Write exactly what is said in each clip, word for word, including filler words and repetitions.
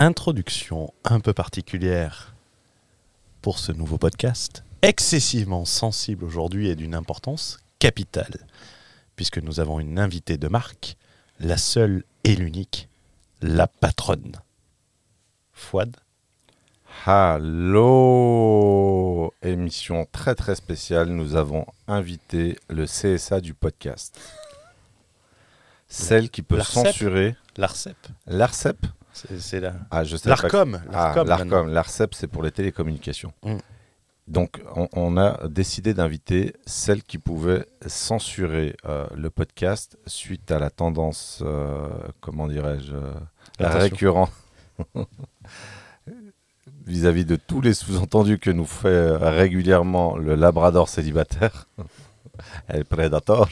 Introduction un peu particulière pour ce nouveau podcast, excessivement sensible aujourd'hui et d'une importance capitale, puisque nous avons une invitée de marque, la seule et l'unique, la patronne. Fouad. Allô, émission très très spéciale, nous avons invité le C S A du podcast. Celle qui peut L'Arcep. censurer... L'Arcep. L'Arcep C'est, c'est la... ah, je sais L'Arcom. pas... L'Arcom, ah, l'Arcom. L'Arcep, c'est pour les télécommunications. Mm. Donc, on, on a décidé d'inviter celle qui pouvait censurer euh, le podcast suite à la tendance, euh, comment dirais-je, euh, récurrent vis-à-vis de tous les sous-entendus que nous fait régulièrement le Labrador célibataire, El Predator.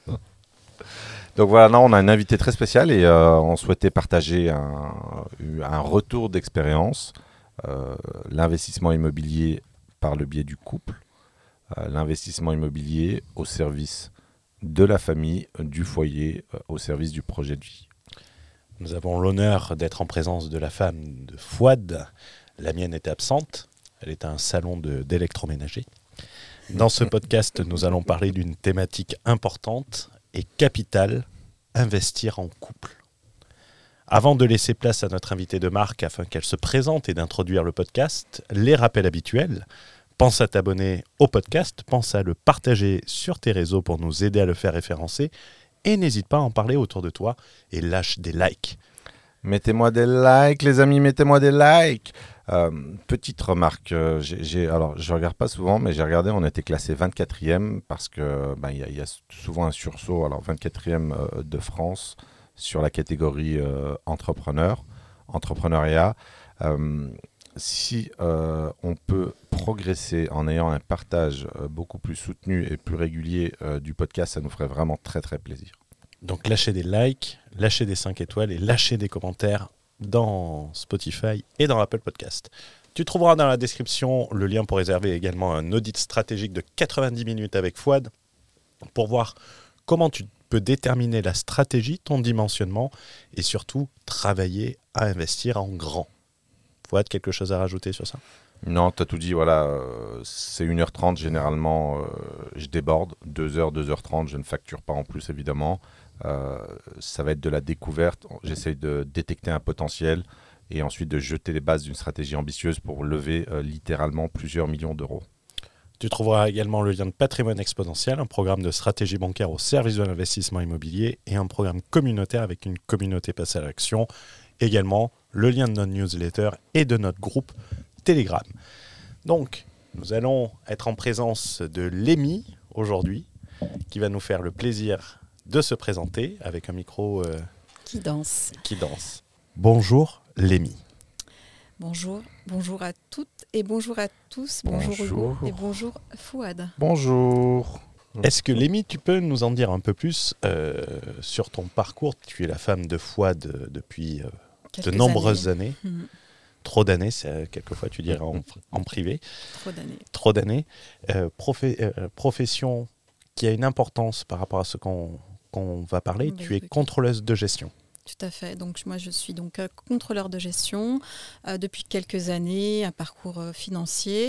Donc voilà, non, on a un invité très spécial et euh, on souhaitait partager un, un retour d'expérience, euh, l'investissement immobilier par le biais du couple, euh, l'investissement immobilier au service de la famille, du foyer, euh, au service du projet de vie. Nous avons l'honneur d'être en présence de la femme de Fouad. La mienne était absente. Elle est à un salon de, d'électroménager. Dans ce podcast, nous allons parler d'une thématique importante et capitale, investir en couple. Avant de laisser place à notre invitée de marque afin qu'elle se présente et d'introduire le podcast, les rappels habituels. Pense à t'abonner au podcast, pense à le partager sur tes réseaux pour nous aider à le faire référencer et n'hésite pas à en parler autour de toi et lâche des likes. Mettez-moi des likes, les amis, mettez-moi des likes. Euh, petite remarque, euh, j'ai, j'ai, alors je ne regarde pas souvent, mais j'ai regardé, on était classé vingt-quatrième parce qu'il ben, y, y a souvent un sursaut. Alors vingt-quatrième euh, de France sur la catégorie euh, entrepreneur, entrepreneuriat. Euh, si euh, on peut progresser en ayant un partage euh, beaucoup plus soutenu et plus régulier euh, du podcast, ça nous ferait vraiment très très plaisir. Donc lâchez des likes, lâchez des cinq étoiles et lâchez des commentaires dans Spotify et dans Apple Podcast. Tu trouveras dans la description le lien pour réserver également un audit stratégique de quatre-vingt-dix minutes avec Fouad pour voir comment tu peux déterminer la stratégie, ton dimensionnement et surtout travailler à investir en grand. Fouad, quelque chose à rajouter sur ça ? Non, tu as tout dit, voilà, euh, c'est une heure trente généralement, euh, je déborde, deux heures, deux heures trente, je ne facture pas en plus évidemment. Euh, ça va être de la découverte, j'essaie de détecter un potentiel et ensuite de jeter les bases d'une stratégie ambitieuse pour lever euh, littéralement plusieurs millions d'euros. Tu trouveras également le lien de Patrimoine Exponentiel, un programme de stratégie bancaire au service de l'investissement immobilier et un programme communautaire avec une communauté passée à l'action. Également le lien de notre newsletter et de notre groupe Telegram. Donc, nous allons être en présence de Lémi aujourd'hui, qui va nous faire le plaisir de se présenter avec un micro euh, qui danse. Qui danse. Bonjour Lémi. Bonjour, bonjour à toutes et bonjour à tous. Bonjour, bonjour. Hugo et bonjour Fouad. Bonjour. Est-ce que Lémi, tu peux nous en dire un peu plus euh, sur ton parcours ? Tu es la femme de Fouad euh, depuis euh, de nombreuses années. années. Mmh. Trop d'années, c'est, quelquefois tu dirais en, en privé. Trop d'années. Trop d'années. Euh, profé, euh, profession qui a une importance par rapport à ce qu'on, qu'on va parler. Oui, tu es contrôleuse de gestion. Tout à fait. Donc moi, je suis donc euh, contrôleur de gestion euh, depuis quelques années, un parcours euh, financier.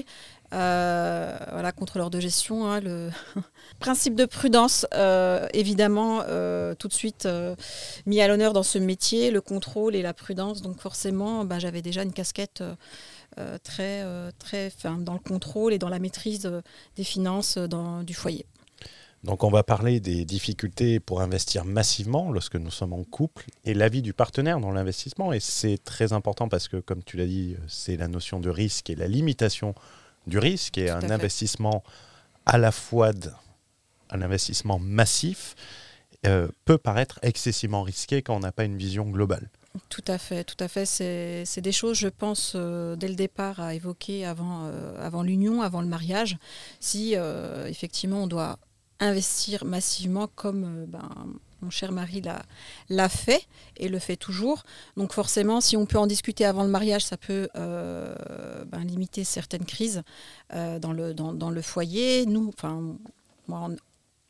Euh, voilà, contrôleur de gestion, hein, le principe de prudence, euh, évidemment, euh, tout de suite euh, mis à l'honneur dans ce métier, le contrôle et la prudence. Donc forcément, ben, j'avais déjà une casquette euh, très, euh, très, dans le contrôle et dans la maîtrise euh, des finances euh, dans, du foyer. Donc on va parler des difficultés pour investir massivement lorsque nous sommes en couple et l'avis du partenaire dans l'investissement. Et c'est très important parce que, comme tu l'as dit, c'est la notion de risque et la limitation du risque. Et Tout un investissement à la fois de, un investissement massif euh, peut paraître excessivement risqué quand on n'a pas une vision globale. Tout à fait, tout à fait. C'est, c'est des choses, je pense, euh, dès le départ à évoquer avant, euh, avant l'union, avant le mariage. Si euh, effectivement on doit investir massivement comme euh, ben, mon cher mari l'a, l'a fait et le fait toujours. Donc forcément, si on peut en discuter avant le mariage, ça peut euh, ben, limiter certaines crises euh, dans, le, dans, dans le foyer. Nous, enfin, moi,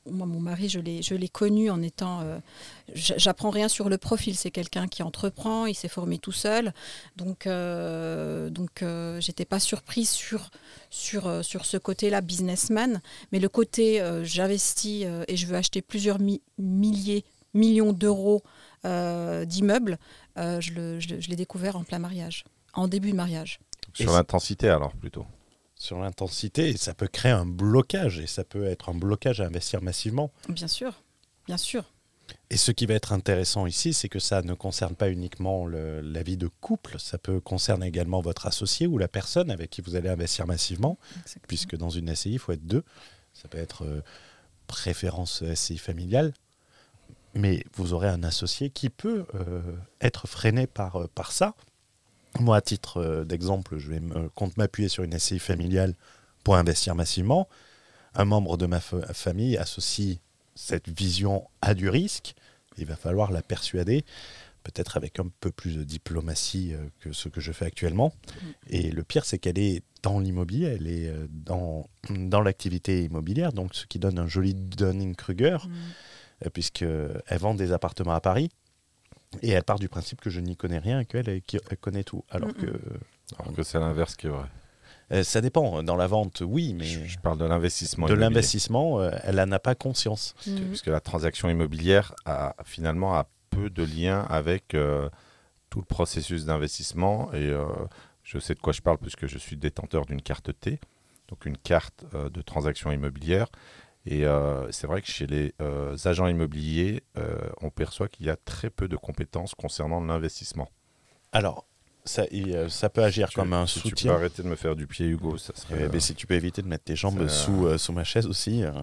moi, mon mari, je l'ai, je l'ai connu en étant... Euh, j'apprends rien sur le profil. C'est quelqu'un qui entreprend, il s'est formé tout seul. Donc, euh, donc euh, j'étais pas surprise sur, sur, euh, sur ce côté-là, businessman. Mais le côté, euh, j'investis euh, et je veux acheter plusieurs mi- milliers, millions d'euros euh, d'immeubles, euh, je, le, je, je l'ai découvert en plein mariage, en début de mariage. Sur l'intensité alors plutôt. Sur l'intensité, et ça peut créer un blocage, et ça peut être un blocage à investir massivement. Bien sûr, bien sûr. Et ce qui va être intéressant ici, c'est que ça ne concerne pas uniquement le, la vie de couple, ça peut concerner également votre associé ou la personne avec qui vous allez investir massivement, exactement. Puisque dans une S C I, il faut être deux. Ça peut être euh, préférence S C I familiale, mais vous aurez un associé qui peut euh, être freiné par, euh, par ça. Moi, à titre euh, d'exemple, je vais me, compte m'appuyer sur une S C I familiale pour investir massivement. Un membre de ma fa- famille associe cette vision à du risque. Il va falloir la persuader, peut-être avec un peu plus de diplomatie euh, que ce que je fais actuellement. Mmh. Et le pire, c'est qu'elle est dans l'immobilier, elle est euh, dans, dans l'activité immobilière, donc ce qui donne un joli Dunning-Kruger, mmh. euh, puisqu'elle vend des appartements à Paris. Et elle part du principe que je n'y connais rien et qu'elle elle, elle connaît tout. Alors mm-hmm. que, alors que c'est l'inverse qui est vrai. Euh, ça dépend. Dans la vente, oui, mais... Je, je parle de l'investissement De immobilier. l'investissement, euh, elle n'en a pas conscience. Mm-hmm. Puisque la transaction immobilière, a, finalement, a peu de lien avec euh, tout le processus d'investissement. Et euh, je sais de quoi je parle puisque je suis détenteur d'une carte T, donc une carte euh, de transaction immobilière. Et euh, c'est vrai que chez les euh, agents immobiliers, euh, on perçoit qu'il y a très peu de compétences concernant l'investissement. Alors, ça, il, ça peut agir si comme tu, un si soutien. Tu peux arrêter de me faire du pied, Hugo, ça serait... Eh euh, ben, si tu peux éviter de mettre tes jambes sous, euh, sous ma chaise aussi. Euh,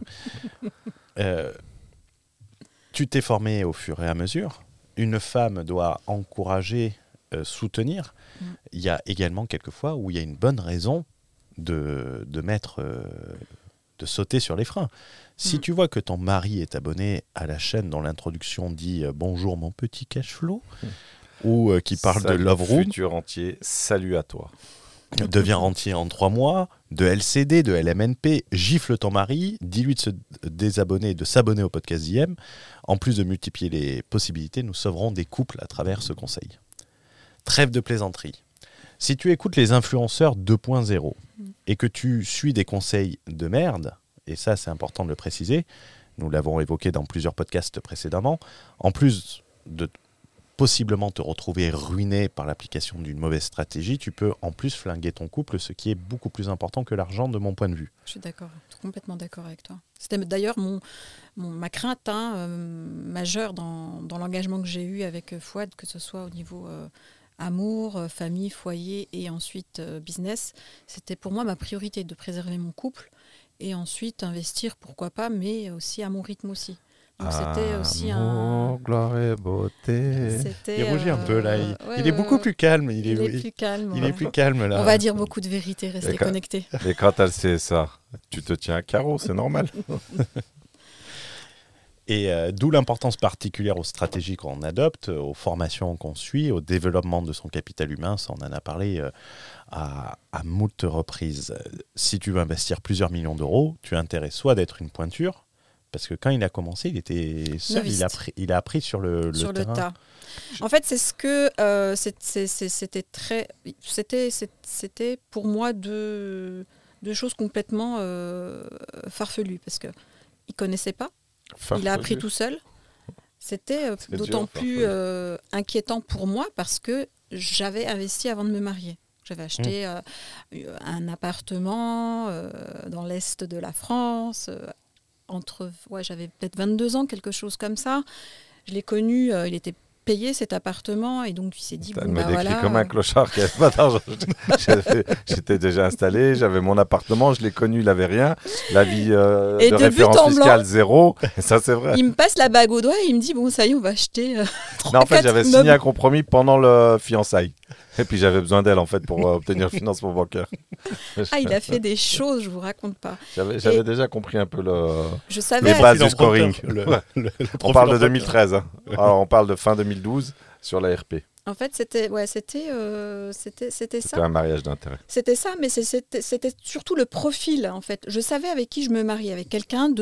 euh, tu t'es formé au fur et à mesure. Une femme doit encourager, euh, soutenir. Mm. Il y a également quelques fois où il y a une bonne raison de, de mettre... Euh, de sauter sur les freins. Si mmh. tu vois que ton mari est abonné à la chaîne dont l'introduction dit euh, « Bonjour mon petit cash flow mmh. » ou euh, qui parle salut de Love Room, futur rentier, salut à toi. Deviens rentier en trois mois, de L C D, de L M N P, gifle ton mari, dis-lui de se désabonner et de s'abonner au podcast I M. En plus de multiplier les possibilités, nous sauverons des couples à travers ce conseil. Trêve de plaisanterie. Si tu écoutes les influenceurs deux point zéro et que tu suis des conseils de merde, et ça c'est important de le préciser, nous l'avons évoqué dans plusieurs podcasts précédemment, en plus de possiblement te retrouver ruiné par l'application d'une mauvaise stratégie, tu peux en plus flinguer ton couple, ce qui est beaucoup plus important que l'argent de mon point de vue. Je suis d'accord, je suis complètement d'accord avec toi. C'était d'ailleurs mon, mon, ma crainte hein, euh, majeure dans, dans l'engagement que j'ai eu avec Fouad, que ce soit au niveau... Euh, amour, famille, foyer et ensuite euh, business. C'était pour moi ma priorité de préserver mon couple et ensuite investir, pourquoi pas, mais aussi à mon rythme aussi. Donc ah, c'était aussi un... gloire et beauté. C'était, il rougit euh... un peu là. Il, ouais, il est ouais, beaucoup ouais. plus calme. Il, il est, est plus calme. Il ouais. est plus calme là. On va dire beaucoup de vérité, restez quand, connectés. Et quand elle sait ça, tu te tiens à carreau, c'est normal. Et euh, d'où l'importance particulière aux stratégies qu'on adopte, aux formations qu'on suit, au développement de son capital humain. Ça, on en a parlé euh, à, à moult reprises. Si tu veux investir plusieurs millions d'euros, tu as intérêt soit d'être une pointure, parce que quand il a commencé, il était seul, il a, pris, il a appris sur le, le sur terrain. le tas. En fait, c'est ce que euh, c'est, c'est, c'est, c'était très, c'était, c'était pour moi deux, deux choses complètement euh, farfelues, parce que il connaissait pas. Farfelu. Il a appris tout seul. C'était euh, d'autant dur, plus euh, inquiétant pour moi parce que j'avais investi avant de me marier. J'avais acheté mmh. euh, un appartement euh, dans l'est de la France. Euh, entre, ouais, j'avais peut-être vingt-deux ans, quelque chose comme ça. Je l'ai connu, euh, il était payé cet appartement et donc il s'est dit elle bon, me bah, décrit voilà. comme un clochard qui n'avait pas d'argent. J'avais, j'étais déjà installé, j'avais mon appartement, je l'ai connu, il n'avait rien. La vie euh, de, de référence fiscale blanc, zéro, ça c'est vrai. Il me passe la bague au doigt et il me dit bon ça y est on va acheter. Euh, non en fait j'avais meubles. signé un compromis pendant le fiançailles. Et puis j'avais besoin d'elle en fait pour euh, obtenir le financement bancaire. Ah il a fait des choses, je vous raconte pas. J'avais, j'avais et déjà compris un peu le, je savais les bases du scoring. Le, ouais. le, le on parle de deux mille treize, hein. Alors on parle de fin deux mille douze sur la R P. En fait, c'était, ouais, c'était, euh, c'était, c'était ça. C'était un mariage d'intérêt. C'était ça, mais c'est, c'était, c'était surtout le profil, en fait. Je savais avec qui je me mariais, avec quelqu'un de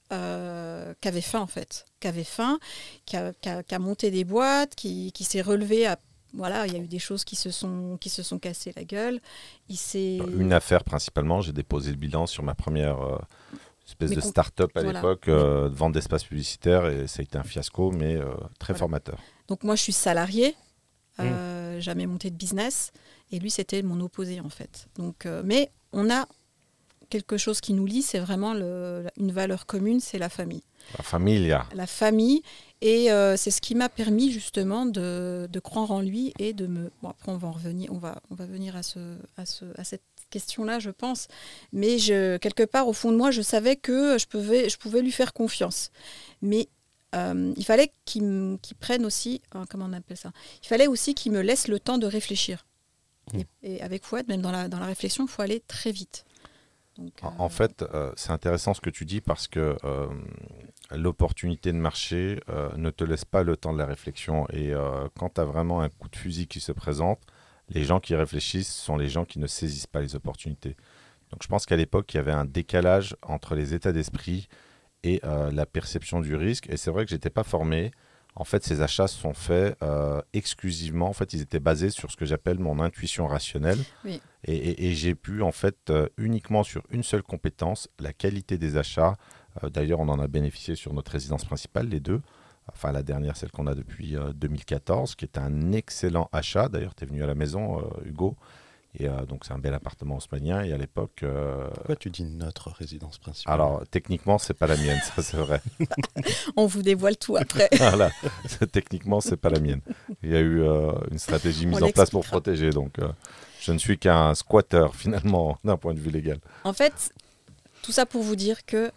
euh, qui avait faim en fait, qui avait faim, qui a, qui a, qui a monté des boîtes, qui, qui s'est relevé à... Voilà, il y a eu des choses qui se sont, qui se sont cassées la gueule. Il s'est... Une affaire principalement, j'ai déposé le bilan sur ma première euh, espèce mais de con... start-up à voilà. l'époque, euh, de vente d'espace publicitaire, et ça a été un fiasco, mais euh, très voilà. formateur. Donc moi, je suis salariée, euh, mmh. jamais monté de business, et lui, c'était mon opposé en fait. Donc, euh, mais on a quelque chose qui nous lie, c'est vraiment le, une valeur commune, c'est la famille. La familia. La famille, et euh, c'est ce qui m'a permis justement de, de croire en lui et de me... Bon, après, on va en revenir, on va, on va venir à, ce, à, ce, à cette question-là, je pense. Mais je, quelque part, au fond de moi, je savais que je pouvais, je pouvais lui faire confiance. Mais euh, il fallait qu'il, qu'il prenne aussi... Hein, comment on appelle ça ? Il fallait aussi qu'il me laisse le temps de réfléchir. Mmh. Et, et avec Fouad, même dans la, dans la réflexion, il faut aller très vite. Donc, euh... en, en fait, euh, c'est intéressant ce que tu dis parce que euh, l'opportunité de marché euh, ne te laisse pas le temps de la réflexion. Et euh, quand tu as vraiment un coup de fusil qui se présente, les gens qui réfléchissent sont les gens qui ne saisissent pas les opportunités. Donc je pense qu'à l'époque, il y avait un décalage entre les états d'esprit et euh, la perception du risque. Et c'est vrai que je n'étais pas formé. En fait, ces achats se sont faits euh, exclusivement. En fait, ils étaient basés sur ce que j'appelle mon intuition rationnelle. Oui. Et, et, et j'ai pu, en fait, euh, uniquement sur une seule compétence, la qualité des achats. Euh, d'ailleurs, on en a bénéficié sur notre résidence principale, les deux. Enfin, la dernière, celle qu'on a depuis euh, deux mille quatorze, qui est un excellent achat. D'ailleurs, tu es venu à la maison, euh, Hugo. Et euh, donc, c'est un bel appartement haussmannien. Et à l'époque... Euh... Pourquoi tu dis notre résidence principale ? Alors, techniquement, c'est pas la mienne, ça, c'est vrai. On vous dévoile tout après. Voilà. Techniquement, c'est pas la mienne. Il y a eu euh, une stratégie mise en place pour protéger. Donc, euh, je ne suis qu'un squatter, finalement, d'un point de vue légal. En fait, tout ça pour vous dire que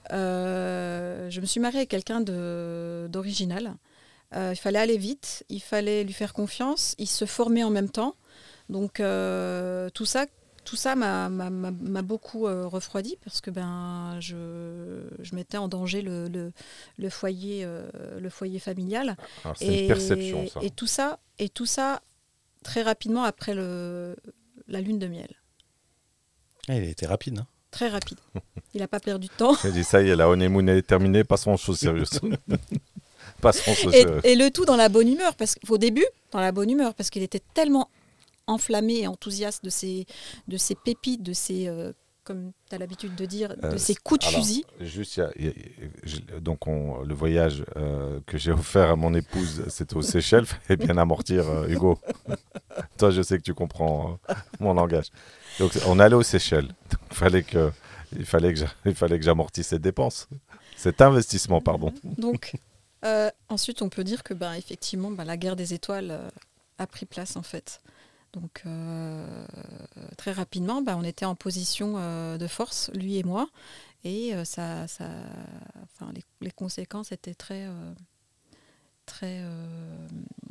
euh, je me suis mariée avec quelqu'un de, d'original. Euh, il fallait aller vite, il fallait lui faire confiance, il se formait en même temps. Donc euh, tout ça, tout ça m'a, m'a, m'a beaucoup euh, refroidi parce que ben, je, je mettais en danger le, le, le, foyer, euh, le foyer familial. Alors, c'est et, une perception, ça. Et tout ça, et tout ça très rapidement après le, la lune de miel. Ah, il a été rapide, hein. Très rapide. Il n'a pas perdu de temps. J'ai dit ça y est, la honeymoon est terminée, passons aux choses sérieuses. passons aux choses et, sérieuses. Et le tout dans la bonne humeur, parce qu'au début, dans la bonne humeur, parce qu'il était tellement enflammé et enthousiaste de ces, de ces pépites, de ces, euh, comme tu as l'habitude de dire, de euh, ces coups de alors, fusil. Juste, y a, y a, donc on, le voyage euh, que j'ai offert à mon épouse, c'était aux Seychelles, fallait bien amortir, euh, Hugo. Toi, je sais que tu comprends euh, mon langage. Donc, on allait aux Seychelles. Donc, fallait que, il fallait que, il fallait que j'amortisse cette dépense, cet investissement, pardon. Donc, euh, ensuite, on peut dire que, ben, effectivement, ben, la guerre des étoiles euh, a pris place, en fait. Donc, euh, très rapidement, bah, on était en position euh, de force, lui et moi. Et euh, ça, ça, enfin, les, les conséquences étaient très, euh, très euh,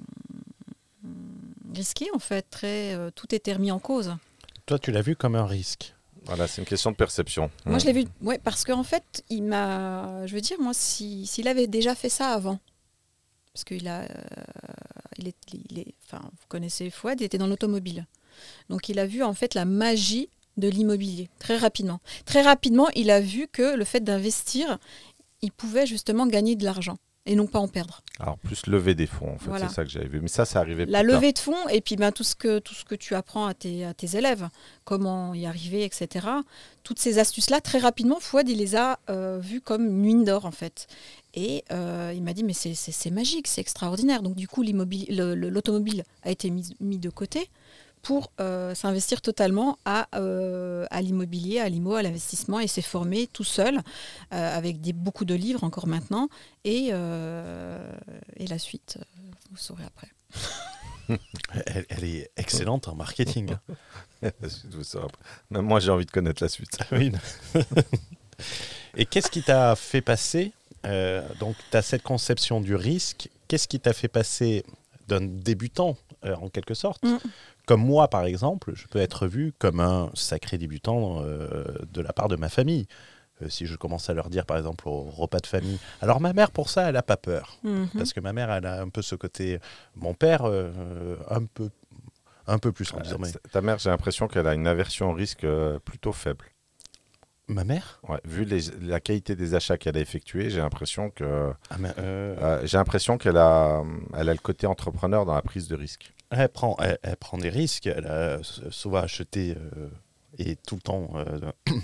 risquées, en fait. Très, euh, tout était remis en cause. Toi, tu l'as vu comme un risque. Voilà, c'est une question de perception. Moi, mmh. je l'ai vu, ouais, parce qu'en fait, il m'a, je veux dire, moi, si, s'il avait déjà fait ça avant, parce qu'il a, euh, il est, il est, enfin, vous connaissez Fouad, il était dans l'automobile. Donc, il a vu en fait la magie de l'immobilier très rapidement. Très rapidement, il a vu que le fait d'investir, il pouvait justement gagner de l'argent et non pas en perdre. Alors, plus lever des fonds, en fait, voilà. C'est ça que j'avais vu. Mais ça, ça arrivait plus La tard. levée de fonds et puis ben, tout, ce que, tout ce que tu apprends à tes, à tes élèves, comment y arriver, et cetera. Toutes ces astuces-là, très rapidement, Fouad, il les a euh, vues comme une mine d'or, en fait. Et euh, il m'a dit, mais c'est, c'est, c'est magique, c'est extraordinaire. Donc, du coup, le, le, l'automobile a été mis, mis de côté pour euh, s'investir totalement à, euh, à l'immobilier, à l'IMO, à l'investissement, et s'est formé tout seul, euh, avec des, beaucoup de livres encore maintenant. Et, euh, et la suite, euh, vous saurez après. elle, elle est excellente en marketing. La suite, vous saurez après. Même moi, j'ai envie de connaître la suite. Oui. Et qu'est-ce qui t'a fait passer euh, donc, tu as cette conception du risque. Qu'est-ce qui t'a fait passer d'un débutant, euh, en quelque sorte, mmh. comme moi, par exemple, je peux être vu comme un sacré débutant euh, de la part de ma famille. Euh, si je commence à leur dire, par exemple, au repas de famille, alors ma mère, pour ça, elle n'a pas peur. Mmh. Parce que ma mère, elle a un peu ce côté... Mon père, euh, un peu, un peu plus, en disant... Mais... Ta mère, j'ai l'impression qu'elle a une aversion au risque euh, plutôt faible. Ma mère Ouais, vu les, la qualité des achats qu'elle a effectués, j'ai l'impression que ah, mais, euh, euh, j'ai l'impression qu'elle a, elle a le côté entrepreneur dans la prise de risque. elle, prend, elle, elle prend des risques. Elle a s- souvent acheté euh, et tout le temps euh,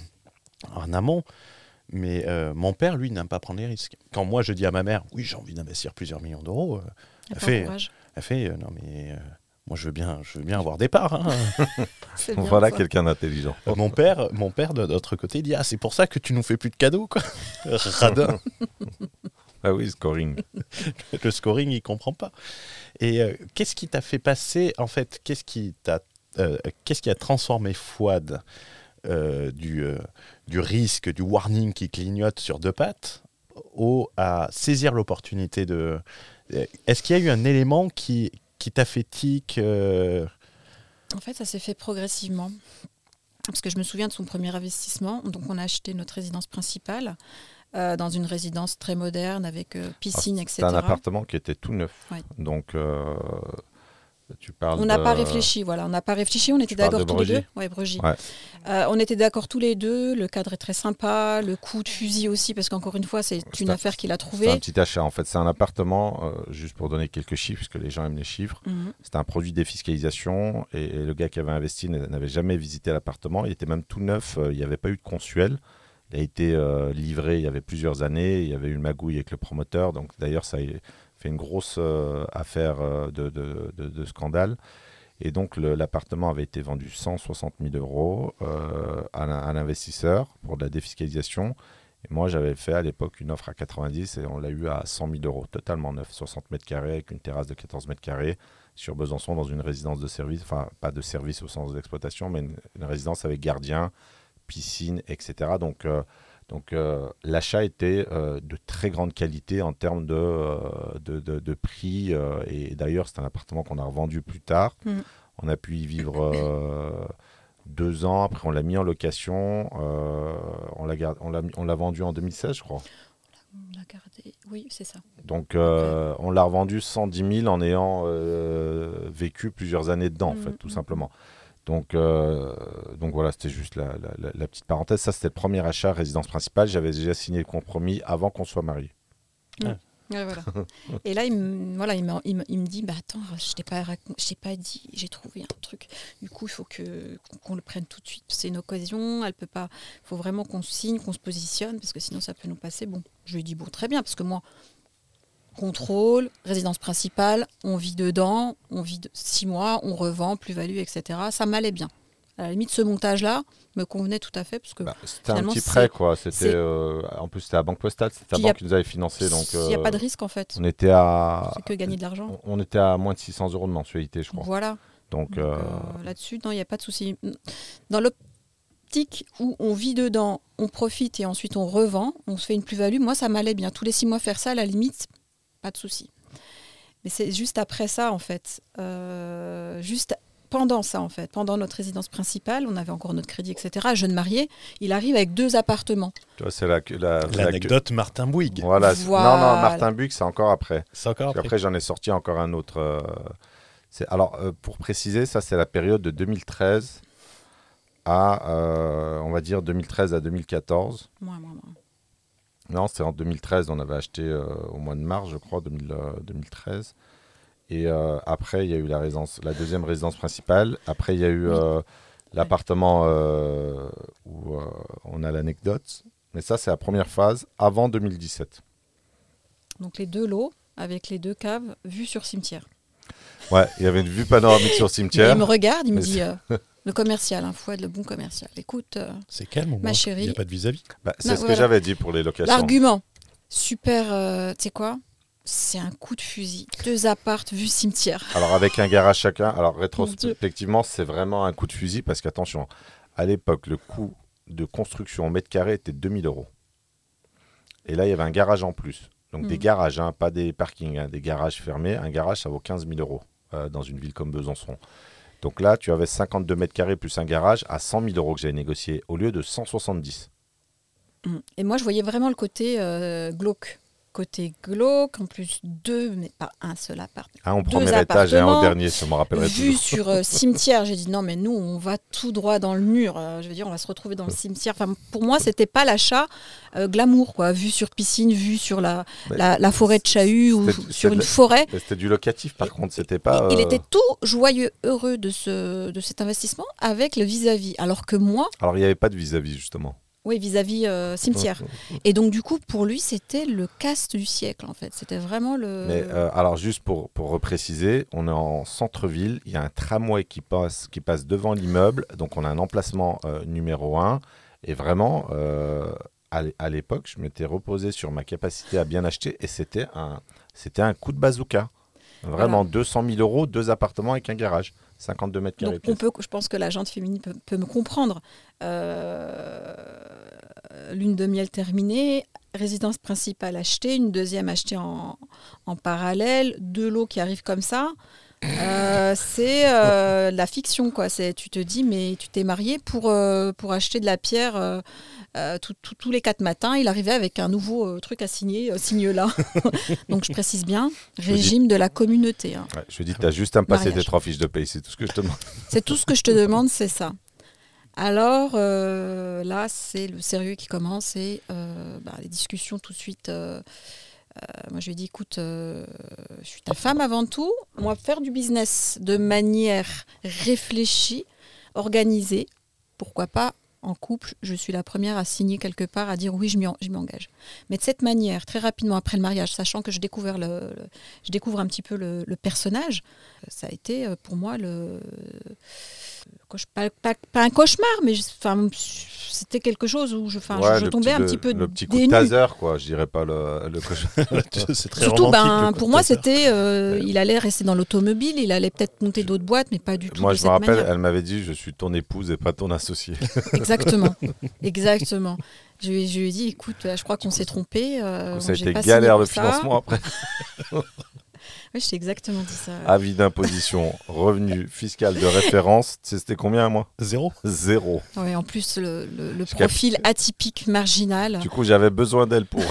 en amont. Mais euh, mon père, lui, n'aime pas prendre les risques. Quand moi, je dis à ma mère, oui, j'ai envie d'investir plusieurs millions d'euros, euh, elle, fait, elle fait, euh, non mais euh, moi, je veux bien, je veux bien avoir des parts. Hein. C'est bien Voilà ça. quelqu'un d'intelligent. Euh, mon père, mon père de l'autre côté, il dit, ah, c'est pour ça que tu nous fais plus de cadeaux, quoi. Radin. Ah oui, scoring. Le scoring, il comprend pas. Et euh, qu'est-ce qui t'a fait passer, en fait, qu'est-ce qui t'a, euh, qu'est-ce qui a transformé Fouad euh, du, euh, du risque, du warning qui clignote sur deux pattes, au à saisir l'opportunité de. Est-ce qu'il y a eu un élément qui qui t'a fait tic euh... En fait, ça s'est fait progressivement. Parce que je me souviens de son premier investissement. Donc, on a acheté notre résidence principale euh, dans une résidence très moderne avec euh, piscine, Alors, et c'était cetera. un appartement qui était tout neuf. Ouais. Donc, euh, tu parles On n'a de... pas réfléchi, voilà. On n'a pas réfléchi, on était Tu parles d'accord de tous les Bregy deux. Ouais, Bregy. Ouais. Euh, on était d'accord tous les deux. Le cadre est très sympa. Le coup de fusil aussi, parce qu'encore une fois, c'est C'est une un- affaire qu'il a C'est un trouvée. petit achat. En fait, c'est un appartement, euh, juste pour donner quelques chiffres, parce que les gens aiment les chiffres. Mhm. C'était un produit de défiscalisation et, et le gars qui avait investi n'a- n'avait jamais visité l'appartement. Il était même tout neuf. euh, il n'y avait pas eu de consuel. Il a été euh, livré il y avait plusieurs années. Il y avait eu une magouille avec le promoteur. Donc, d'ailleurs, ça a fait une grosse euh, affaire euh, de, de- de- de scandale. Et donc, le- l'appartement avait été vendu cent soixante mille euros euh, à, l'in- à l'investisseur pour de la défiscalisation. Et moi, j'avais fait à l'époque une offre à quatre-vingt-dix et on l'a eu à cent mille euros, totalement neuf, soixante mètres carrés avec une terrasse de quatorze mètres carrés sur Besançon dans une résidence de service, enfin, pas de service au sens d'exploitation, mais une, une résidence avec gardien, piscine, et cetera. Donc, euh, donc euh, l'achat était euh, de très grande qualité en termes de, euh, de, de- de prix. euh, et d'ailleurs, c'est un appartement qu'on a revendu plus tard. Mm. On a pu y vivre euh, deux ans. Après, on l'a mis en location. euh, on l'a gar- on l'a mis- on l'a vendu en deux mille seize, je crois. On l'a gardé. Oui, c'est ça. Donc, euh, on l'a revendu cent dix mille en ayant euh, vécu plusieurs années dedans, en Mm, fait, tout mm, simplement. Donc, euh, donc voilà, c'était juste la, la- la- la petite parenthèse. Ça, c'était le premier achat résidence principale. J'avais déjà signé le compromis avant qu'on soit mariés. Ouais, voilà. Et là, il me, voilà, il me, il me, il me dit, bah attends, je t'ai pas, racon- je t'ai pas dit, j'ai trouvé un truc. Du coup, il faut que qu'on le prenne tout de suite. C'est une occasion. Elle peut pas. Il faut vraiment qu'on signe, qu'on se positionne, parce que sinon, ça peut nous passer. Bon, je lui ai dit bon, très bien, parce que moi, contrôle, résidence principale, on vit dedans, on vit de six mois, on revend, plus-value, et cetera. Ça m'allait bien. À la limite, ce montage-là me convenait tout à fait, parce que Bah, c'était un finalement, petit c'est- prêt, quoi. C'était, c'est- euh, en plus, c'était à Banque Postale. C'était la Puis y a- banque qui nous avait financé. Donc, il n'y a euh, pas de risque en fait. on était à, C'est que gagner de l'argent. on, on était à moins de six cents euros de mensualité, je crois. Voilà. Donc, Donc, euh, euh, là-dessus, non, il n'y a pas de souci. Dans l'optique où on vit dedans, on profite et ensuite on revend, on se fait une plus-value, moi, ça m'allait bien. Tous les six mois faire ça, à la limite, pas de souci. Mais c'est juste après ça, en fait. Euh, juste pendant ça, en fait. Pendant notre résidence principale, on avait encore notre crédit, et cetera. Jeune marié, il arrive avec deux appartements. tu vois, c'est la, la, la- L'anecdote Martin Bouygues. Voilà. c'est- Voilà. Non, non, Martin Buc, c'est encore après. C'est encore Puis après. après, j'en ai sorti encore un autre. euh, c'est- Alors, euh, pour préciser, ça, c'est la période de deux mille treize à, euh, on va dire, deux mille treize à deux mille quatorze. Moins, moins, moins. Non, c'est en deux mille treize, on avait acheté euh, au mois de mars, je crois, deux mille, euh, deux mille treize. Et euh, après, il y a eu la, résidence, la deuxième résidence principale. Après, il y a eu Oui. euh, l'appartement euh, où euh, on a l'anecdote. Mais ça, c'est la première phase avant deux mille dix-sept. Donc les deux lots avec les deux caves vues sur cimetière. Ouais, il y avait une vue panoramique sur le Et cimetière. il me regarde, il me Mais dit, euh, le commercial, un Fouad, le bon commercial. Écoute, euh, C'est calme au Ma moins. chérie. Il n'y a pas de vis-à-vis. Bah, c'est Non, ce que voilà. j'avais dit pour les locations. l'argument, super, euh, tu sais quoi, c'est un coup de fusil. Deux appartes vue cimetière. Alors avec un garage chacun, alors Dieu. rétrospectivement, c'est vraiment un coup de fusil parce qu'attention, à l'époque, le coût de construction au mètre carré était deux mille euros. Et là, il y avait un garage en plus. Donc Mm. des garages, hein, pas des parkings, hein, des garages fermés. Un garage, ça vaut quinze mille euros euh, dans une ville comme Besançon. Donc là, tu avais cinquante-deux mètres carrés plus un garage à cent mille euros que j'avais négocié au lieu de cent soixante-dix. Mm. Et moi, je voyais vraiment le côté euh, glauque. côté glauque, en plus deux, mais pas un seul appart. Un au deux premier étage et un au appartements, dernier, je me rappellerai Vue toujours. sur euh, cimetière, j'ai dit non mais nous on va tout droit dans le mur. Euh, je veux dire on va se retrouver dans le cimetière. Enfin pour moi c'était pas l'achat euh, glamour quoi. Vue sur piscine, vue sur la, Mais la, la forêt de Chahut ou c'était- sur c'était une de- forêt. Mais C'était du locatif, par contre, c'était pas. Il euh, était tout joyeux, heureux de ce de cet investissement avec le vis-à-vis. Alors que moi, Alors, il n'y avait pas de vis-à-vis, justement. oui vis-à-vis euh, cimetière. Et donc du coup pour lui c'était le caste du siècle en fait. C'était vraiment le. Mais euh, alors, juste pour, pour repréciser, on est en centre-ville, il y a un tramway qui passe, qui passe devant l'immeuble, donc on a un emplacement euh, numéro un. Et vraiment, euh, à l'é- à l'époque, je m'étais reposé sur ma capacité à bien acheter et c'était un, c'était un coup de bazooka. Vraiment, Voilà. deux cent mille euros, deux appartements avec un garage, cinquante-deux mètres carrés. Donc on peut, je pense que la gente féminine peut, peut me comprendre. Euh, Lune de miel terminée, résidence principale achetée, une deuxième achetée en, en parallèle, deux lots qui arrivent comme ça. Euh, c'est euh, la fiction, quoi. C'est, tu te dis, mais tu t'es marié pour, euh, pour acheter de la pierre euh, euh, tout- tout- tous les quatre matins. Il arrivait avec un nouveau euh, truc à signer, euh, signe là. Donc je précise bien, régime de la communauté. Hein. Ouais, je dis, tu as juste à me passer Mariage. tes trois fiches de paye, c'est tout ce que je te demande. C'est tout ce que je te demande, c'est ça. Alors euh, là, c'est le sérieux qui commence et euh, bah, les discussions tout de suite. euh, euh, moi, je lui ai dit, écoute, euh, je suis ta femme avant tout. Moi, faire du business de manière réfléchie, organisée, pourquoi pas en couple, je suis la première à signer quelque part, à dire oui, je m'y, en- je m'y engage. Mais de cette manière, très rapidement après le mariage, sachant que je découvre, le, le- je découvre un petit peu le, le personnage, ça a été euh, pour moi le... Cauche- Pas, pas- pas un cauchemar, mais je- enfin, c'était quelque chose où je, enfin, Ouais, je, je le tombais petit- un le- petit peu Le petit coup de dénue. taser, quoi, je dirais pas le, le cochon. C'est très Surtout, romantique, ben, le coup pour de moi, taser. c'était, euh, il allait rester dans l'automobile, il allait peut-être monter d'autres boîtes, mais pas du tout Moi, de je me cette rappelle, manière. elle m'avait dit, je suis ton épouse et pas ton associé. Exactement, exactement. Je, lui ai- je lui ai dit, écoute, je crois qu'on s'est trompé. Euh, Ça a j'ai été pas signé galère pour le ça. financement après. Oui, je t'ai exactement dit ça. Avis d'imposition, revenu fiscal de référence, tu sais, c'était combien à moi Zéro. Zéro. Ouais, en plus, le, le- le Jusqu'à- profil atypique, marginal. Du coup, j'avais besoin d'elle pour,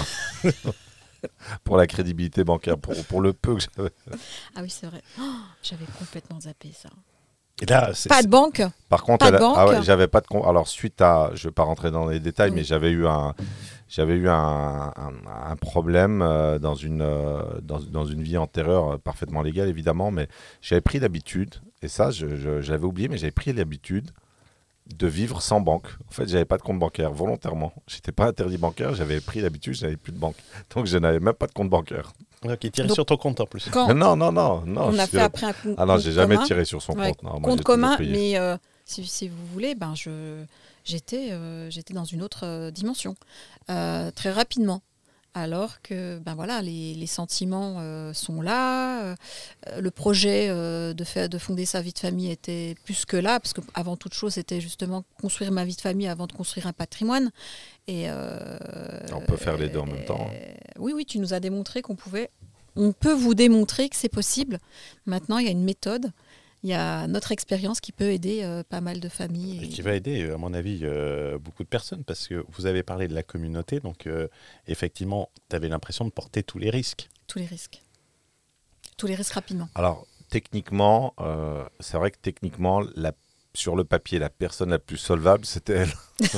pour la crédibilité bancaire, pour, pour le peu que j'avais. Ah oui, c'est vrai. Oh, j'avais complètement zappé ça. Et là, c'est, Pas de banque. Par contre, Pas de elle a- banque. ah ouais, j'avais pas de compte. Alors, suite à, je vais pas rentrer dans les détails, Oui. mais j'avais eu un, j'avais eu un, un, un problème euh, dans une, euh, dans, dans une vie antérieure, euh, parfaitement légale évidemment, mais j'avais pris l'habitude, et ça, je, je, je l'avais oublié, mais j'avais pris l'habitude de vivre sans banque. En fait, j'avais pas de compte bancaire volontairement. J'étais pas interdit bancaire, j'avais pris l'habitude, je n'avais plus de banque, donc je n'avais même pas de compte bancaire. qui tire Donc- sur ton compte en plus. Quand Mais non, non, non, non. on je a suis- fait après un compte, Ah non, j'ai jamais commun, tiré sur son Ouais, compte. Non, moi, compte j'ai toujours commun, payé. mais euh, si, si vous voulez, ben je, j'étais, euh, j'étais dans une autre euh, dimension, euh, très rapidement. Alors que ben voilà, les, les sentiments euh, sont là, euh, le projet euh, de, faire, de fonder sa vie de famille était plus que là, parce qu'avant toute chose, c'était justement construire ma vie de famille avant de construire un patrimoine. Et, euh, On peut faire les deux en même temps, hein. euh, Oui, oui, tu nous as démontré qu'on pouvait. On peut vous démontrer que c'est possible. Maintenant, il y a une méthode. Il y a notre expérience qui peut aider euh, pas mal de familles. Et Et- qui va aider, à mon avis, euh, beaucoup de personnes, parce que vous avez parlé de la communauté, donc euh, effectivement, tu avais l'impression de porter tous les risques. Tous les risques. Tous les risques rapidement. Alors, techniquement, euh, c'est vrai que techniquement, la, sur le papier, la personne la plus solvable, c'était elle.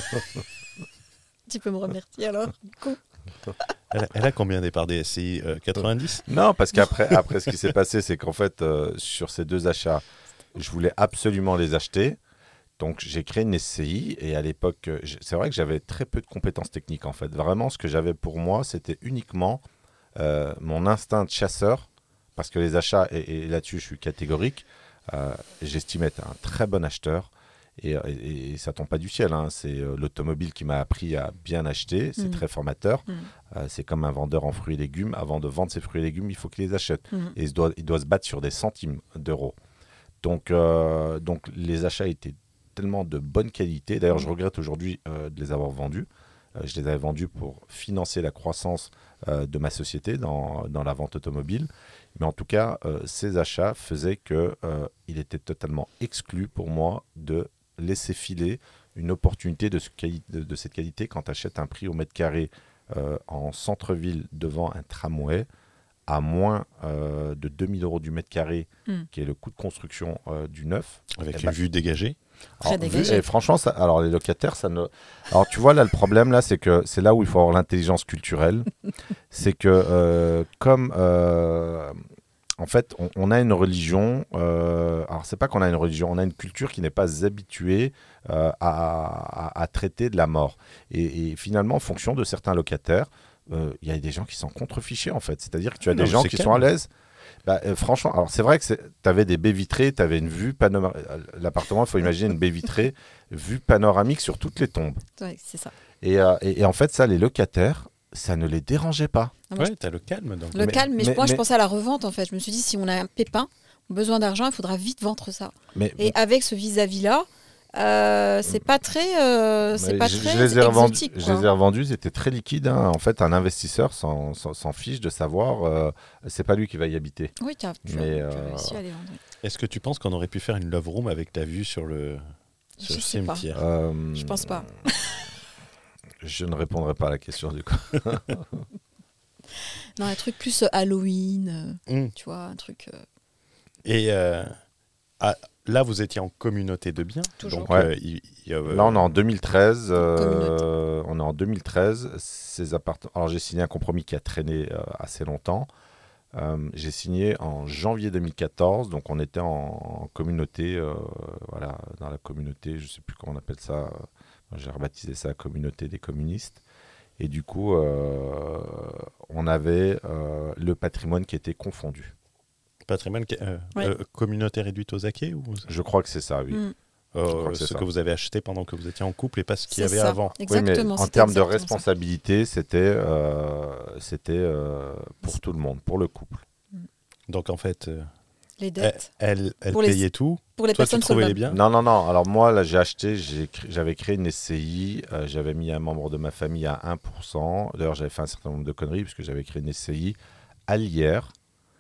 Tu peux me remercier alors du coup. Elle, a- elle a combien des parts D S I euh, quatre-vingt-dix Non, parce qu'après, après, ce qui s'est passé, c'est qu'en fait, euh, sur ces deux achats, je voulais absolument les acheter. Donc, j'ai créé une S C I et à l'époque, euh, j- c'est vrai que j'avais très peu de compétences techniques, en fait. Vraiment, ce que j'avais pour moi, c'était uniquement euh, mon instinct de chasseur, parce que les achats, et, et là-dessus, je suis catégorique, euh, j'estimais être un très bon acheteur. Et, et, et ça tombe pas du ciel, hein. C'est euh, l'automobile qui m'a appris à bien acheter, c'est Mhm. très formateur. Mhm. Euh, c'est comme un vendeur en fruits et légumes, avant de vendre ses fruits et légumes, il faut qu'il les achète. Mhm. Et il doit, il doit se battre sur des centimes d'euros. Donc, euh, donc les achats étaient tellement de bonne qualité. D'ailleurs, je regrette aujourd'hui euh, de les avoir vendus. Euh, je les avais vendus pour financer la croissance euh, de ma société dans, dans la vente automobile. Mais en tout cas, euh, ces achats faisaient qu'il euh, était totalement exclu pour moi de laisser filer une opportunité de, ce quali- de, de cette qualité quand tu achètes un prix au mètre carré euh, en centre-ville devant un tramway à moins euh, de deux mille euros du mètre carré, Mm. qui est le coût de construction euh, du neuf. Avec Eh une ben, vue dégagée. Très alors, dégagé. vu- et franchement, ça, alors les locataires, ça ne. Alors tu vois là, le problème là, c'est que c'est là où il faut avoir l'intelligence culturelle. C'est que euh, comme euh, en fait, on, on a une religion. Euh, alors c'est pas qu'on a une religion, on a une culture qui n'est pas habituée euh, à, à- à traiter de la mort. Et, et finalement, en fonction de certains locataires, euh, il y a des gens qui sont contrefichés en fait. C'est-à-dire que tu as Non, des gens c'est qui calme. sont à l'aise. Bah, euh, franchement, alors c'est vrai que tu avais des baies vitrées, tu avais une vue panoramique. L'appartement, il faut imaginer une baie vitrée, vue panoramique sur toutes les tombes. Ouais, c'est ça. Et, euh, et, et en fait, ça, les locataires, ça ne les dérangeait pas. Ah, moi, Ouais, t'as le calme. Donc. Le Mais- calme, mais, mais- moi je mais- pensais à la revente en fait. Je me suis dit si on a un pépin, besoin d'argent, il faudra vite vendre ça. Mais, Et avec ce vis-à-vis-là, euh, c'est pas très, euh, c'est mais pas je, très je les ai revendus, exotique. je quoi. les ai revendus, ils étaient très liquides. hein. En fait, un investisseur s'en, s'en- s'en fiche de savoir, euh, c'est pas lui qui va y habiter. Oui, tu as, tu as- Mais, tu as euh, réussi à les vendre. Est-ce que tu penses qu'on aurait pu faire une love room avec ta vue sur le, sur Je le sais pas. cimetière Euh, Je pense pas. Je ne répondrai pas à la question du coup. Non, un truc plus euh, Halloween, euh, Mm. tu vois, un truc. euh, Et euh, ah, là, vous étiez en communauté de biens. Toujours. Donc, Ouais. euh, il- il y a, euh, Là, on est en deux mille treize. euh, Communauté. on est en deux mille treize. Ces appartements. Alors, j'ai signé un compromis qui a traîné euh, assez longtemps. Euh, j'ai signé en janvier deux mille quatorze, donc on était en, en communauté, euh, voilà, dans la communauté, je ne sais plus comment on appelle ça. euh, J'ai rebaptisé ça communauté des communistes. Et du coup, euh, on avait euh, le patrimoine qui était confondu. patrimoine qui- euh, Ouais. euh, communauté réduite aux acquis ou Je crois que c'est ça, oui. mm, euh, crois que c'est ce ça. que vous avez acheté pendant que vous étiez en couple et pas ce qu'il y c'est avait ça. avant. Oui, Exactement. mais en c'était termes de exactement ça. responsabilité, c'était euh, c'était euh, pour tout le monde, pour le couple. Donc en fait, euh, Les elle, dettes. elle, elle Pour les- payait tout. Pour les Toi, tu personnes trouvais les solvables. biens. Non, non, non. Alors moi, là, j'ai acheté, j'ai cré- j'avais créé une S C I, euh, j'avais mis un membre de ma famille à un pour cent. D'ailleurs, j'avais fait un certain nombre de conneries puisque j'avais créé une S C I à Lierre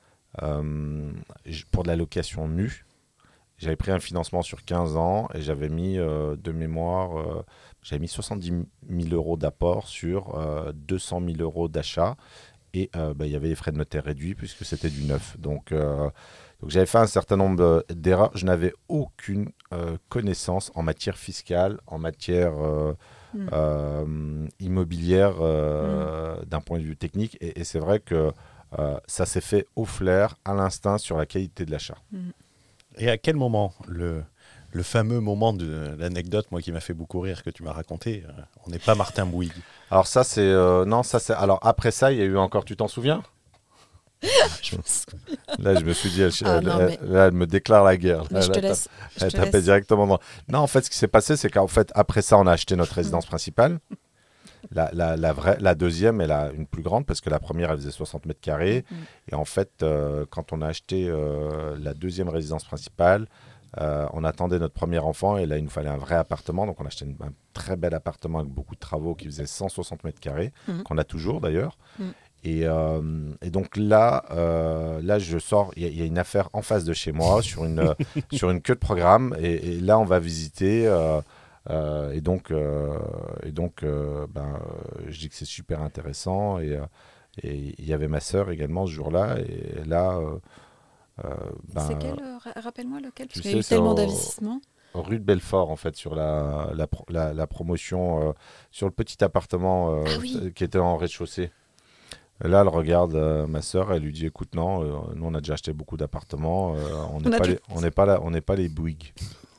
euh, j- pour de la location nue. J'avais pris un financement sur quinze ans et j'avais mis euh, de mémoire, euh, j'avais mis soixante-dix mille euros d'apport sur euh, deux cent mille euros d'achat. Et euh, bah, il y avait les frais de notaire réduits puisque c'était du neuf. Donc, euh, donc j'avais fait un certain nombre d'erreurs. Je n'avais aucune euh, connaissance en matière fiscale, en matière euh, Mm. euh, immobilière euh, d'un point de vue technique. Et, et c'est vrai que euh, ça s'est fait au flair, à l'instinct, sur la qualité de l'achat. Et à quel moment le, le fameux moment de l'anecdote, moi qui m'a fait beaucoup rire, que tu m'as raconté, euh, on n'est pas Martin Bouygues. Alors ça, c'est... euh, non, ça c'est... Alors après ça, il y a eu encore... Tu t'en souviens? Je me souviens. Là, je me suis dit, elle, Ah, elle- non, elle- mais- là, elle me déclare la guerre. Mais Là, je te elle a laisse. je Elle te tapait laisse. directement dans... Non, en fait, ce qui s'est passé, c'est qu'en fait, après ça, on a acheté notre résidence principale. La, la, la, vraie, la deuxième est la, une plus grande parce que la première, elle faisait soixante mètres carrés. Mm. Et en fait, euh, quand on a acheté euh, la deuxième résidence principale, euh, on attendait notre premier enfant et là, il nous fallait un vrai appartement. Donc, on a acheté une- un très bel appartement avec beaucoup de travaux qui faisait cent soixante mètres carrés, Mhm. qu'on a toujours d'ailleurs. Mhm. Et, euh, et donc là, euh, là, je sors, il y, a- il y a une affaire en face de chez moi sur une, euh, sur une queue de programme. Et, et là, on va visiter. euh, euh, et donc, euh, et donc euh, ben, euh, je dis que c'est super intéressant. Et euh, et il y avait ma sœur également ce jour-là. Et là, euh, euh, ben, C'est quel euh, ra- Rappelle-moi lequel, tu parce qu'il y a eu sais, c'est tellement au- d'investissements. rue de Belfort, en fait, sur la, la, pro- la- la promotion, euh, sur le petit appartement euh, Ah oui. qui était en rez-de-chaussée. Et là, elle regarde euh, ma sœur, elle lui dit, écoute, non, euh, nous, on a déjà acheté beaucoup d'appartements, euh, on n'est On a pas, déjà- les- on n'est pas, là, on n'est pas les Bouygues.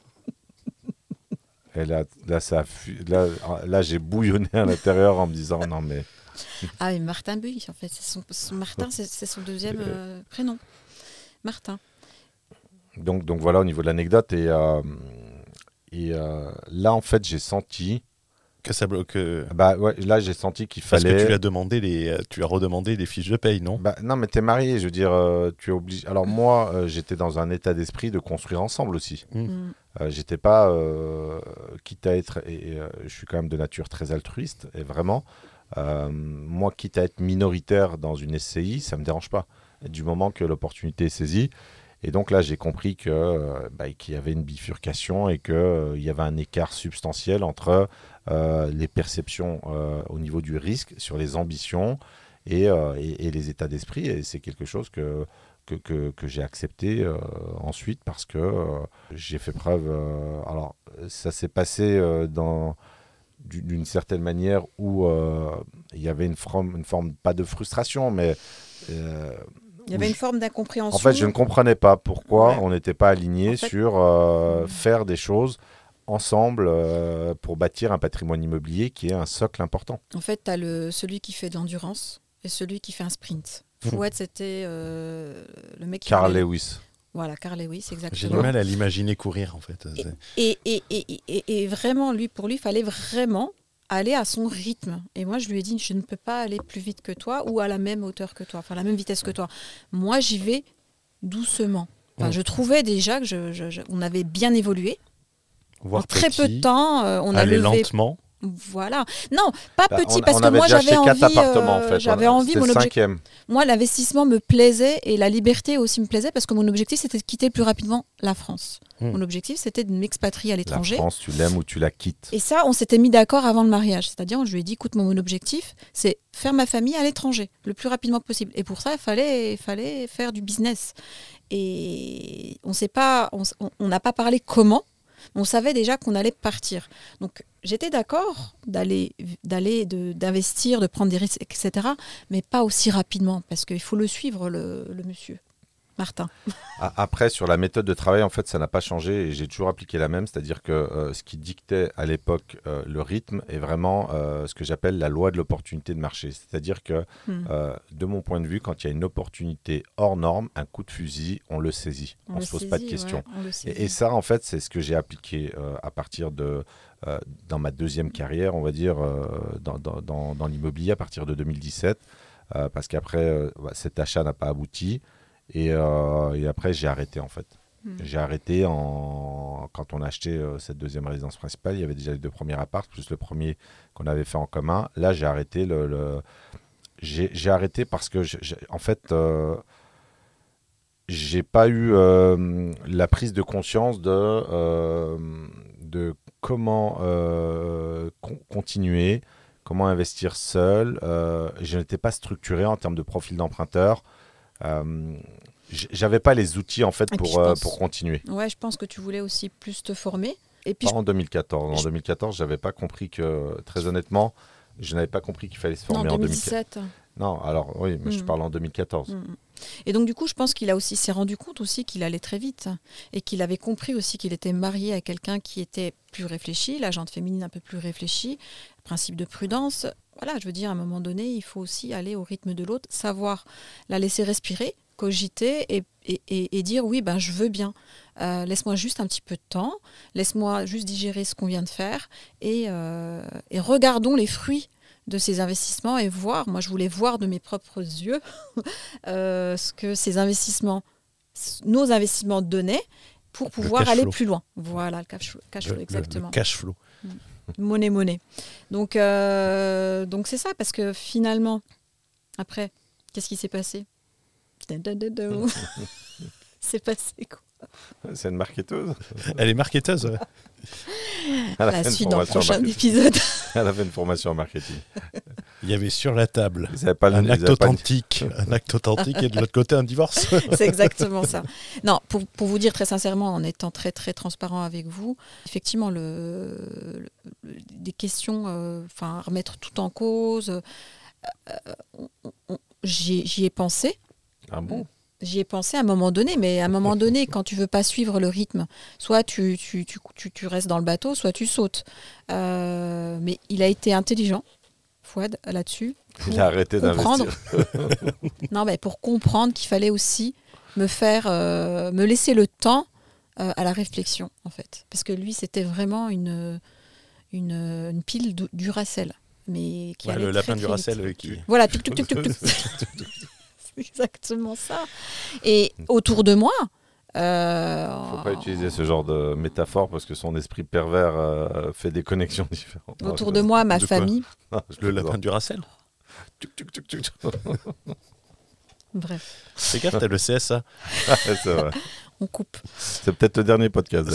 Et là, là, ça a fu- là, là j'ai bouillonné à l'intérieur en me disant, non, mais... Ah, et Martin Bouygues, en fait. C'est son, son- Martin, c'est c'est son deuxième euh, prénom. Martin. Donc, donc voilà au niveau de l'anecdote. Et, euh, et euh, là, en fait, j'ai senti... Que ça bloque. euh, Bah, ouais, là, j'ai senti qu'il Parce fallait... que tu lui as demandé les, euh, tu as redemandé les fiches de paye, non? Bah, non, mais t'es marié, je veux dire, euh, tu es obligé. Alors moi, euh, j'étais dans un état d'esprit de construire ensemble aussi. Mm. Euh, j'étais pas, euh, quitte à être, et, et, euh, je suis quand même de nature très altruiste, et vraiment, euh, moi, quitte à être minoritaire dans une S C I, ça me dérange pas, du moment que l'opportunité est saisie. Et donc là, j'ai compris que, euh, bah, qu'il y avait une bifurcation et qu'il euh, y avait un écart substantiel entre euh, les perceptions euh, au niveau du risque, sur les ambitions et, euh, et, et les états d'esprit. Et c'est quelque chose que, que, que, que j'ai accepté euh, ensuite parce que euh, j'ai fait preuve... Euh, alors, ça s'est passé euh, dans... d'une certaine manière où euh, il y avait une forme, une forme, pas de frustration, mais... Euh, il y avait une forme d'incompréhension. En fait, je ne comprenais pas pourquoi ouais. on n'était pas alignés en fait, sur euh, mmh. faire des choses ensemble euh, pour bâtir un patrimoine immobilier qui est un socle important. En fait, tu as le, celui qui fait de l'endurance et celui qui fait un sprint. Mmh. Fouad, c'était euh, le mec qui... Carl Lewis. Voilà, Carl Lewis, exactement. J'ai du mal à l'imaginer courir, en fait. Et, et, et, et, et, et vraiment, lui, pour lui, il fallait vraiment aller à son rythme. Et moi, je lui ai dit, je ne peux pas aller plus vite que toi ou à la même hauteur que toi, enfin, la même vitesse que toi. Moi, j'y vais doucement. Enfin, mmh. Je trouvais déjà que je, je, je, on avait bien évolué. Voire en très petit, peu de temps, euh, on a aller levé... lentement. Voilà. Non, pas bah, petit, on, parce on que moi, j'avais envie... quatre appartements, en fait. J'avais voilà. envie, mon objectif... Moi, l'investissement me plaisait et la liberté aussi me plaisait parce que mon objectif, c'était de quitter le plus rapidement la France. Mmh. Mon objectif, c'était de m'expatrier à l'étranger. La France, tu l'aimes ou tu la quittes. Et ça, on s'était mis d'accord avant le mariage. C'est-à-dire, je lui ai dit, écoute, mon objectif, c'est faire ma famille à l'étranger le plus rapidement possible. Et pour ça, il fallait, fallait faire du business. Et on sait pas, on n'a pas parlé comment. On savait déjà qu'on allait partir. Donc, j'étais d'accord d'aller, d'aller de, d'investir, de prendre des risques, et cetera. Mais pas aussi rapidement, parce qu'il faut le suivre, le, le monsieur. Martin. Après, sur la méthode de travail, en fait, ça n'a pas changé et j'ai toujours appliqué la même. C'est-à-dire que euh, ce qui dictait à l'époque euh, le rythme est vraiment euh, ce que j'appelle la loi de l'opportunité de marché. C'est-à-dire que, mm. euh, de mon point de vue, quand il y a une opportunité hors norme, un coup de fusil, on le saisit. On ne se pose saisit, pas de questions. Ouais, et, et ça, en fait, c'est ce que j'ai appliqué euh, à partir de... Euh, dans ma deuxième carrière, on va dire, euh, dans, dans, dans, dans l'immobilier, à partir de deux mille dix-sept. Euh, parce qu'après, euh, cet achat n'a pas abouti. Et, euh, et après, j'ai arrêté en fait. Mmh. J'ai arrêté en... quand on a acheté euh, cette deuxième résidence principale. Il y avait déjà les deux premiers apparts, plus le premier qu'on avait fait en commun. Là, j'ai arrêté. Le, le... J'ai, j'ai arrêté parce que, j'ai, en fait, euh, j'ai pas eu euh, la prise de conscience de, euh, de comment euh, con- continuer, comment investir seul. Euh, je n'étais pas structuré en termes de profil d'emprunteur. Euh, j'avais pas les outils en fait pour, euh, pense, pour continuer. Ouais, je pense que tu voulais aussi plus te former. Et puis pas je... en deux mille quatorze. En deux mille quatorze, j'avais pas compris que, très honnêtement, je n'avais pas compris qu'il fallait se former non, en deux mille dix-sept. deux mille quatorze. Non, alors oui, mais mmh. je parle en deux mille quatorze. Mmh. Et donc du coup, je pense qu'il a aussi s'est rendu compte aussi qu'il allait très vite et qu'il avait compris aussi qu'il était marié à quelqu'un qui était plus réfléchi, la gente féminine un peu plus réfléchie, principe de prudence. Voilà, je veux dire, à un moment donné, il faut aussi aller au rythme de l'autre, savoir la laisser respirer, cogiter et, et, et, et dire oui, ben, je veux bien. Euh, laisse-moi juste un petit peu de temps, laisse-moi juste digérer ce qu'on vient de faire et, euh, et regardons les fruits de ces investissements et voir, moi je voulais voir de mes propres yeux euh, ce que ces investissements, nos investissements donnaient pour pouvoir aller flow. plus loin. Voilà, le cash flow, cash flow le, exactement. Le cash flow. Mmh. Monnaie, monnaie. Donc, euh, donc c'est ça, parce que finalement, après, qu'est-ce qui s'est passé? C'est passé quoi? C'est une marketeuse. Elle est marketeuse, ouais. La suite dans le prochain épisode. Elle a fait une formation en marketing. Il y avait sur la table pas un le, acte authentique, un acte authentique et de l'autre côté un divorce. C'est exactement ça. Non, pour, pour vous dire très sincèrement, en étant très très transparent avec vous, effectivement, le, le, des questions, enfin, euh, remettre tout en cause, euh, on, on, j'y, j'y ai pensé. Ah bon? J'y ai pensé à un moment donné, mais à un moment donné, quand tu veux pas suivre le rythme, soit tu, tu, tu, tu, tu restes dans le bateau, soit tu sautes. Euh, mais il a été intelligent, Fouad, là-dessus. Il a arrêté comprendre... d'investir. Non, mais pour comprendre qu'il fallait aussi me faire, euh, me laisser le temps euh, à la réflexion, en fait. Parce que lui, c'était vraiment une, une, une pile Duracell. Mais qui ouais, allait le très, lapin très Duracell vite. qui... Voilà, tuc, tuc, tuc, tuc, tuc. Exactement ça. Et autour de moi... Il euh, ne faut pas utiliser ce genre de métaphore parce que son esprit pervers euh, fait des connexions différentes. Autour de moi, ma de famille... Non, le lapin Duracell. Bref. Fais gaffe, t'as le C S A. C'est vrai. On coupe. C'est peut-être le dernier podcast.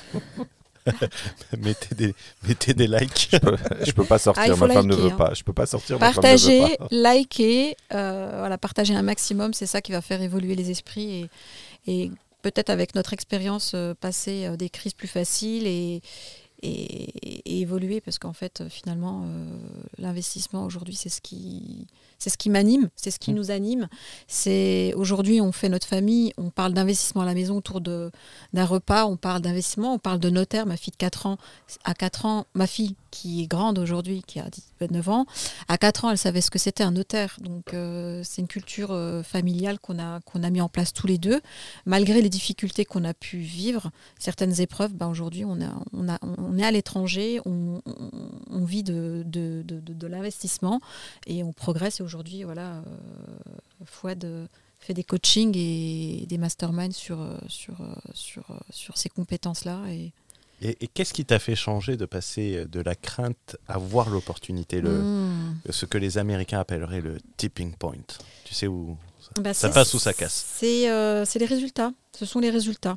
mettez, des, mettez des likes. Je peux, je peux pas sortir, Ah, ma femme liker, ne veut hein. pas. Je peux pas sortir, Partagez, ma femme ne veut pas. likez, euh, voilà, partagez un maximum, c'est ça qui va faire évoluer les esprits et, et peut-être avec notre expérience euh, passer euh, des crises plus faciles et, et, et évoluer parce qu'en fait euh, finalement euh, l'investissement aujourd'hui c'est ce qui c'est ce qui m'anime, c'est ce qui nous anime. C'est aujourd'hui on fait notre famille, on parle d'investissement à la maison autour de d'un repas, on parle d'investissement, on parle de notaire. Ma fille de quatre ans, à quatre ans, ma fille qui est grande aujourd'hui, qui a dix-neuf ans, à quatre ans, elle savait ce que c'était un notaire. Donc euh, c'est une culture euh, familiale qu'on a qu'on a mis en place tous les deux, malgré les difficultés qu'on a pu vivre, certaines épreuves. Ben aujourd'hui on a on a on est à l'étranger, on, on, on vit de de, de, de de l'investissement et on progresse. Et aujourd'hui, voilà, euh, Fouad euh, fait des coachings et des masterminds sur, euh, sur, euh, sur, euh, sur ces compétences-là. Et, et, et qu'est-ce qui t'a fait changer de passer de la crainte à voir l'opportunité, le, mmh. ce que les Américains appelleraient le tipping point? Tu sais où ça, bah ça passe ou ça casse? C'est euh, les résultats. Ce sont les résultats.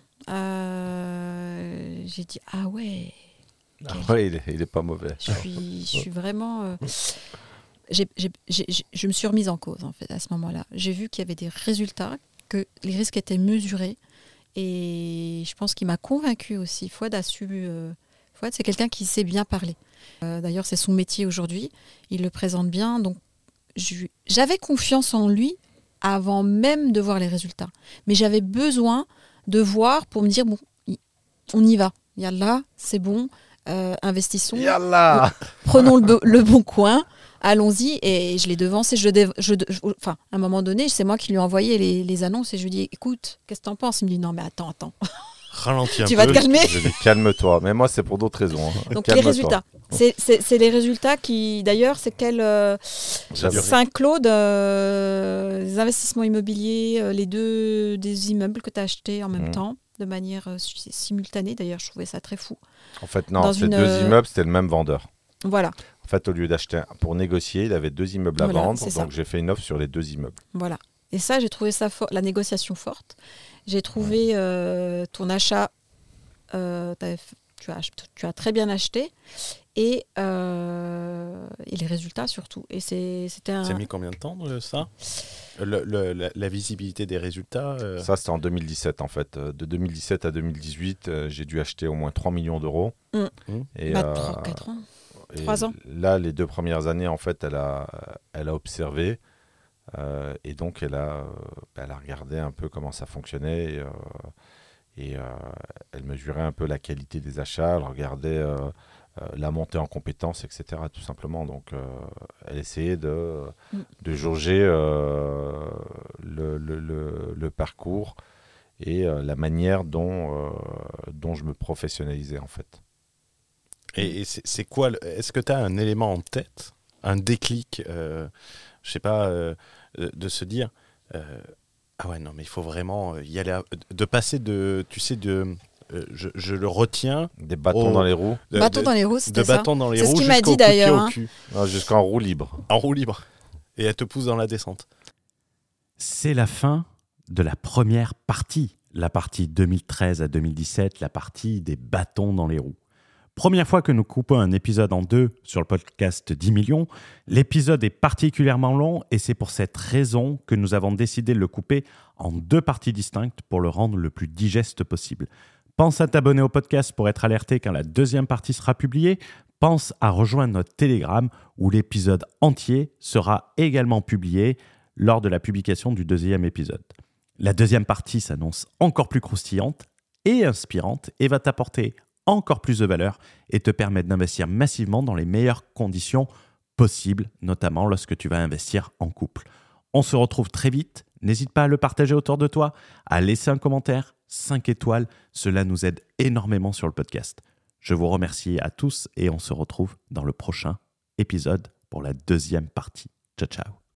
Euh, j'ai dit, ah ouais. Ah ouais, il est, il est pas mauvais. Je suis, je suis vraiment... Euh, J'ai, j'ai, j'ai, je me suis remise en cause en fait à ce moment-là. J'ai vu qu'il y avait des résultats, que les risques étaient mesurés et je pense qu'il m'a convaincue aussi. Fouad a su. Euh, Fouad, c'est quelqu'un qui sait bien parler. Euh, d'ailleurs, c'est son métier aujourd'hui. Il le présente bien. Donc, je, j'avais confiance en lui avant même de voir les résultats. Mais j'avais besoin de voir pour me dire bon, on y va. Yallah, c'est bon. Euh, investissons. Yallah. Prenons le, le bon coin. Allons-y, et je l'ai devancé. Je, je, je, enfin, à un moment donné, c'est moi qui lui ai envoyé les, les annonces et je lui ai dit, écoute, qu'est-ce que t'en penses? Il me dit, non, mais attends, attends. Ralentis un tu peu. vas te calmer. Je dis, calme-toi. Mais moi, c'est pour d'autres raisons. Hein. Donc, calme-toi. les résultats. C'est, c'est, c'est les résultats qui, d'ailleurs, c'est quel euh, Saint-Claude, euh, les investissements immobiliers, euh, les deux des immeubles que tu as achetés en même mmh. temps, de manière euh, simultanée. D'ailleurs, je trouvais ça très fou. En fait, non, Dans ces une, deux immeubles, c'était le même vendeur. Voilà. En fait, au lieu d'acheter un, pour négocier, il avait deux immeubles à voilà, vendre, donc j'ai fait une offre sur les deux immeubles. Voilà. Et ça, j'ai trouvé ça fort, la négociation forte. J'ai trouvé euh, ton achat, euh, tu, as, tu as très bien acheté, et, euh, et les résultats surtout. Et c'est, c'était un... Ça a mis combien de temps ça le, le, la, la visibilité des résultats euh... Ça, c'était en deux mille dix-sept en fait. De deux mille dix-sept à deux mille dix-huit, euh, j'ai dû acheter au moins trois millions d'euros. Mmh. Et, bah, euh, trois, quatre ans. Et trois ans. Là, les deux premières années, en fait, elle a, elle a observé. Euh, et donc, elle a, euh, elle a regardé un peu comment ça fonctionnait. Et, euh, et euh, elle mesurait un peu la qualité des achats. Elle regardait euh, euh, la montée en compétences, et cetera. Tout simplement. Donc, euh, elle essayait de, mm. de jauger euh, le, le, le, le parcours et euh, la manière dont, euh, dont je me professionnalisais, en fait. Et, et c'est, c'est quoi Est-ce que tu as un élément en tête, un déclic, euh, je sais pas, euh, de se dire euh, ah ouais non mais il faut vraiment y aller, à, de passer de, tu sais de, euh, je, je le retiens. Des bâtons au, dans les roues. De, bâtons de, dans les roues, c'était de ça. bâtons dans les c'est roues. C'est ce qu'il m'a dit d'ailleurs. Hein. Non, jusqu'en roue libre. En roue libre. Et elle te pousse dans la descente. C'est la fin de la première partie, la partie deux mille treize à deux mille dix-sept, la partie des bâtons dans les roues. Première fois que nous coupons un épisode en deux sur le podcast dix millions. L'épisode est particulièrement long et c'est pour cette raison que nous avons décidé de le couper en deux parties distinctes pour le rendre le plus digeste possible. Pense à t'abonner au podcast pour être alerté quand la deuxième partie sera publiée. Pense à rejoindre notre Telegram où l'épisode entier sera également publié lors de la publication du deuxième épisode. La deuxième partie s'annonce encore plus croustillante et inspirante et va t'apporter encore plus de valeur et te permettre d'investir massivement dans les meilleures conditions possibles, notamment lorsque tu vas investir en couple. On se retrouve très vite. N'hésite pas à le partager autour de toi, à laisser un commentaire, cinq étoiles. Cela nous aide énormément sur le podcast. Je vous remercie à tous et on se retrouve dans le prochain épisode pour la deuxième partie. Ciao, ciao.